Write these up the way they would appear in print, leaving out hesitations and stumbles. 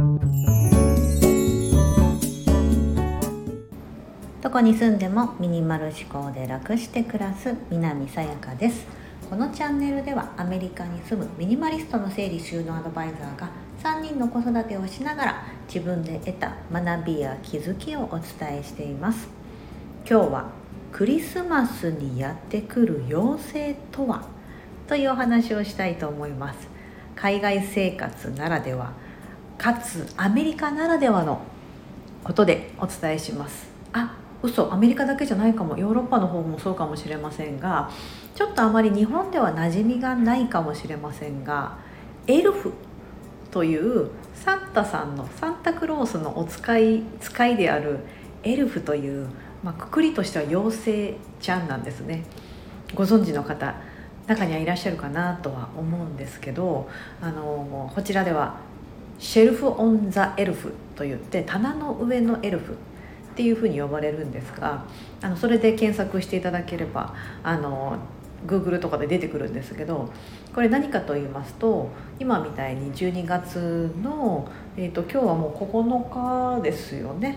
どこに住んでもミニマル思考で楽して暮らす南さやかです。このチャンネルではアメリカに住むミニマリストの整理収納アドバイザーが3人の子育てをしながら自分で得た学びや気づきをお伝えしています。今日はクリスマスにやってくる妖精とはというお話をしたいと思います。海外生活ならではかつアメリカならではのことでお伝えします。アメリカだけじゃないかも、ヨーロッパの方もそうかもしれませんが、ちょっとあまり日本では馴染みがないかもしれませんが、エルフというサンタさんのサンタクロースの使いであるエルフという、くくりとしては妖精ちゃんなんですね。ご存知の方中にはいらっしゃるかなとは思うんですけど、こちらではシェルフ・オン・ザ・エルフといって棚の上のエルフっていうふうに呼ばれるんですが、それで検索していただければGoogle とかで出てくるんですけど、これ何かと言いますと、今みたいに12月の、今日はもう9日ですよね、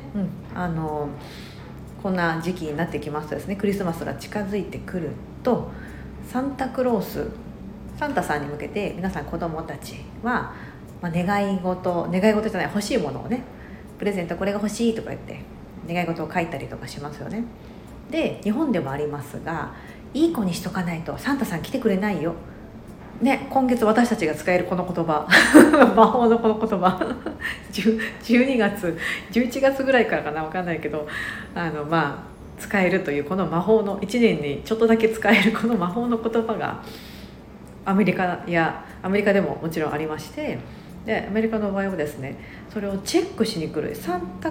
こんな時期になってきますとですね、クリスマスが近づいてくるとサンタクロース、サンタさんに向けて皆さん子供たちは、願い事じゃない、欲しいものをね、プレゼントこれが欲しいとか言って願い事を書いたりとかしますよね。で、日本でもありますが、いい子にしとかないとサンタさん来てくれないよね。今月私たちが使えるこの言葉魔法のこの言葉12月11月ぐらいからかな、分かんないけど使えるというこの魔法の、1年にちょっとだけ使えるこの魔法の言葉がアメリカでももちろんありまして、でアメリカの場合はですね、それをチェックしに来るサンタ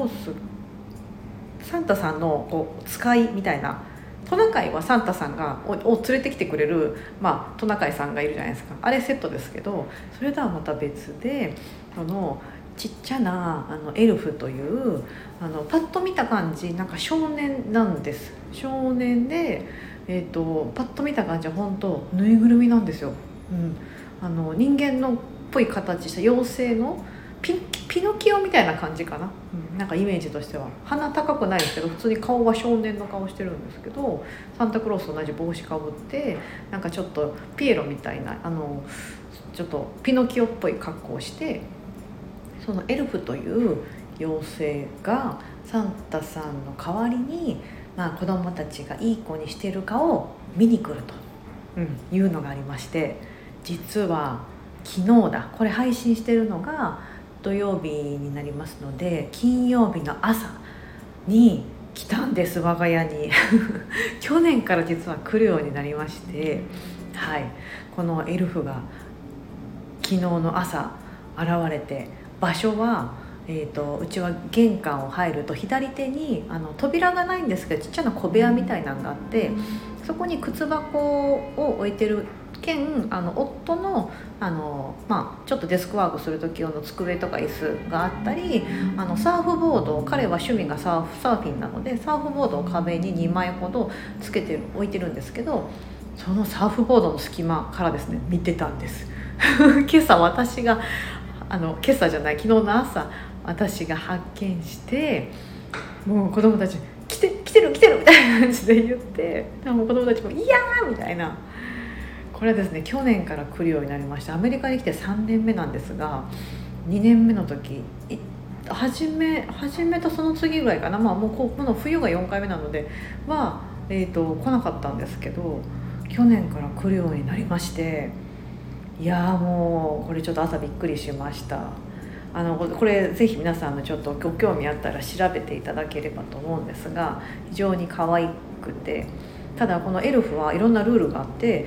さんの使いみたいな、トナカイはサンタさんがを連れてきてくれる、トナカイさんがいるじゃないですか。あれセットですけど、それとはまた別でちっちゃなエルフというパッと見た感じなんか少年なんです。少年で、パッと見た感じは本当ぬいぐるみなんですよ。人間のっぽい形した妖精のピノキオみたいな感じかな、なんかイメージとしては鼻高くないですけど、普通に顔は少年の顔してるんですけど、サンタクロースと同じ帽子かぶって、なんかちょっとピエロみたいなちょっとピノキオっぽい格好をして、そのエルフという妖精がサンタさんの代わりに、子供たちがいい子にしているかを見に来ると、いうのがありまして、実は昨日これ配信してるのが土曜日になりますので、金曜日の朝に来たんです、我が家に去年から実は来るようになりまして、このエルフが昨日の朝現れて、場所はうちは玄関を入ると左手に扉がないんですけど、ちっちゃな小部屋みたいなのがあって、そこに靴箱を置いてる兼夫のちょっとデスクワークする時用の机とか椅子があったり、サーフボード、彼は趣味がサーフィンなので、サーフボードを壁に2枚ほど置いてるんですけど、そのサーフボードの隙間からですね見てたんです今朝私が昨日の朝私が発見して、もう子供たち来てるみたいな感じで言って、もう子供たちもいやーみたいな。これはですね、去年から来るようになりました。アメリカに来て3年目なんですが、2年目の時始めたその次ぐらいかな、もうこの冬が4回目なので来なかったんですけど、去年から来るようになりまして、いやーもうこれちょっと朝びっくりしました。これぜひ皆さんのちょっとご興味あったら調べていただければと思うんですが、非常に可愛くて、ただこのエルフはいろんなルールがあって、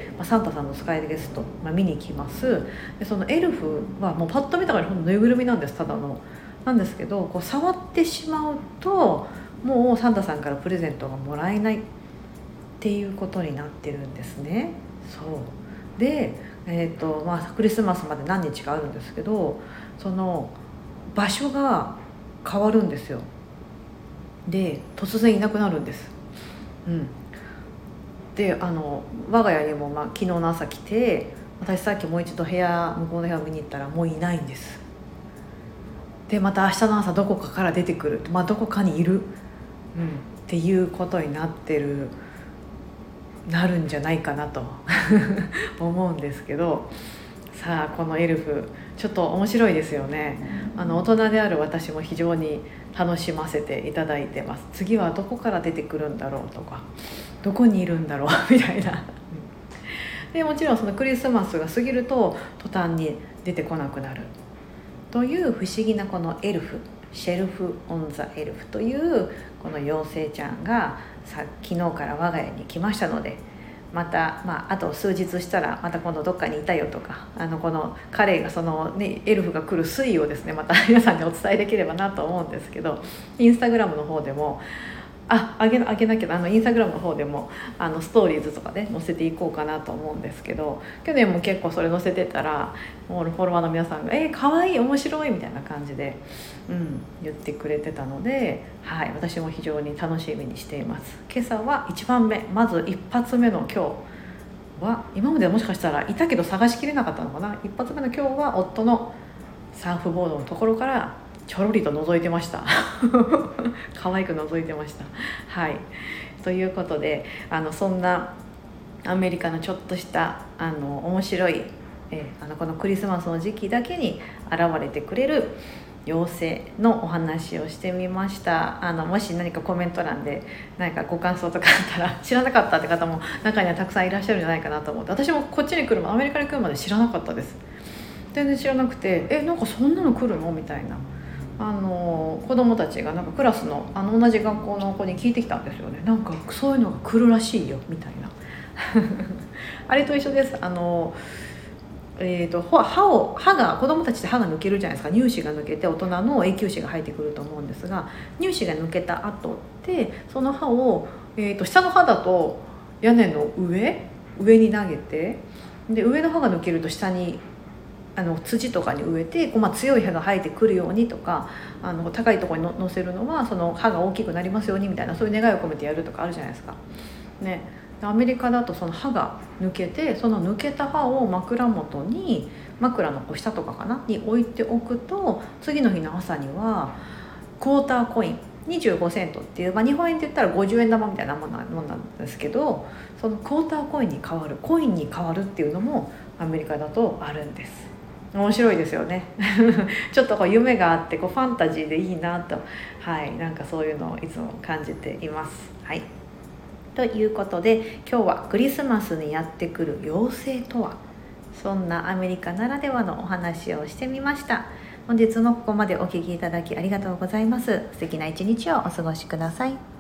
サンタさんの使いですと、見に来ます。でそのエルフはもうパッと見たからぬいぐるみなんです、ただのなんですけど、触ってしまうともうサンタさんからプレゼントがもらえないっていうことになってるんですね。そうで、クリスマスまで何日かあるんですけど、その場所が変わるんですよ。で突然いなくなるんです。で我が家にも昨日の朝来て、私さっきもう一度向こうの部屋を見に行ったらもういないんです。 でまた明日の朝どこかから出てくる、どこかにいる、っていうことになるんじゃないかなと思うんですけど、さあこのエルフちょっと面白いですよね。大人である私も非常に楽しませていただいてます。次はどこから出てくるんだろうとか、どこにいるんだろうみたいなでもちろんそのクリスマスが過ぎると途端に出てこなくなるという不思議なこのエルフ、シェルフ・オン・ザ・エルフというこの妖精ちゃんが昨日から我が家に来ましたので、また、あと数日したらまた今度どっかにいたよとか、この彼がエルフが来る推移をですね、また皆さんにお伝えできればなと思うんですけど、インスタグラムの方でもあげなきゃ、インスタグラムの方でもストーリーズとかで載せていこうかなと思うんですけど、去年も結構それ載せてたらもうフォロワーの皆さんがかわいい面白いみたいな感じで、言ってくれてたので、私も非常に楽しみにしています。今朝は1番目、まず一発目の今日は、今まではもしかしたらいたけど探しきれなかったのかな、一発目の今日は夫のサーフボードのところからちょろりと覗いてました可愛く覗いてました。ということでそんなアメリカのちょっとした面白い、このクリスマスの時期だけに現れてくれる妖精のお話をしてみました。もし何かコメント欄で何かご感想とかあったら、知らなかったって方も中にはたくさんいらっしゃるんじゃないかなと思って、私もこっちに来るアメリカに来るまで知らなかったです。全然知らなくて、なんかそんなの来るのみたいな、子供たちがなんかクラスの同じ学校の子に聞いてきたんですよね。なんかそういうのが来るらしいよみたいなあれと一緒です。歯が子供たちって歯が抜けるじゃないですか。乳歯が抜けて大人の永久歯が生えてくると思うんですが、乳歯が抜けた後ってその歯を、下の歯だと屋根の上に投げて、で上の歯が抜けると下に土とかに植えて強い歯が生えてくるようにとか、高いところに乗せるのはその歯が大きくなりますようにみたいな、そういう願いを込めてやるとかあるじゃないですかね。アメリカだとその歯が抜けて、その抜けた歯を枕元に、枕の下とかかなに置いておくと、次の日の朝にはクォーターコイン25セントっていう、日本円で言ったら50円玉みたいなもんなんですけど、そのクォーターコインに変わるっていうのもアメリカだとあるんです。面白いですよねちょっと夢があってファンタジーでいいなと、なんかそういうのをいつも感じています。ということで今日はクリスマスにやってくる妖精とは、そんなアメリカならではのお話をしてみました。本日もここまでお聞きいただきありがとうございます。素敵な一日をお過ごしください。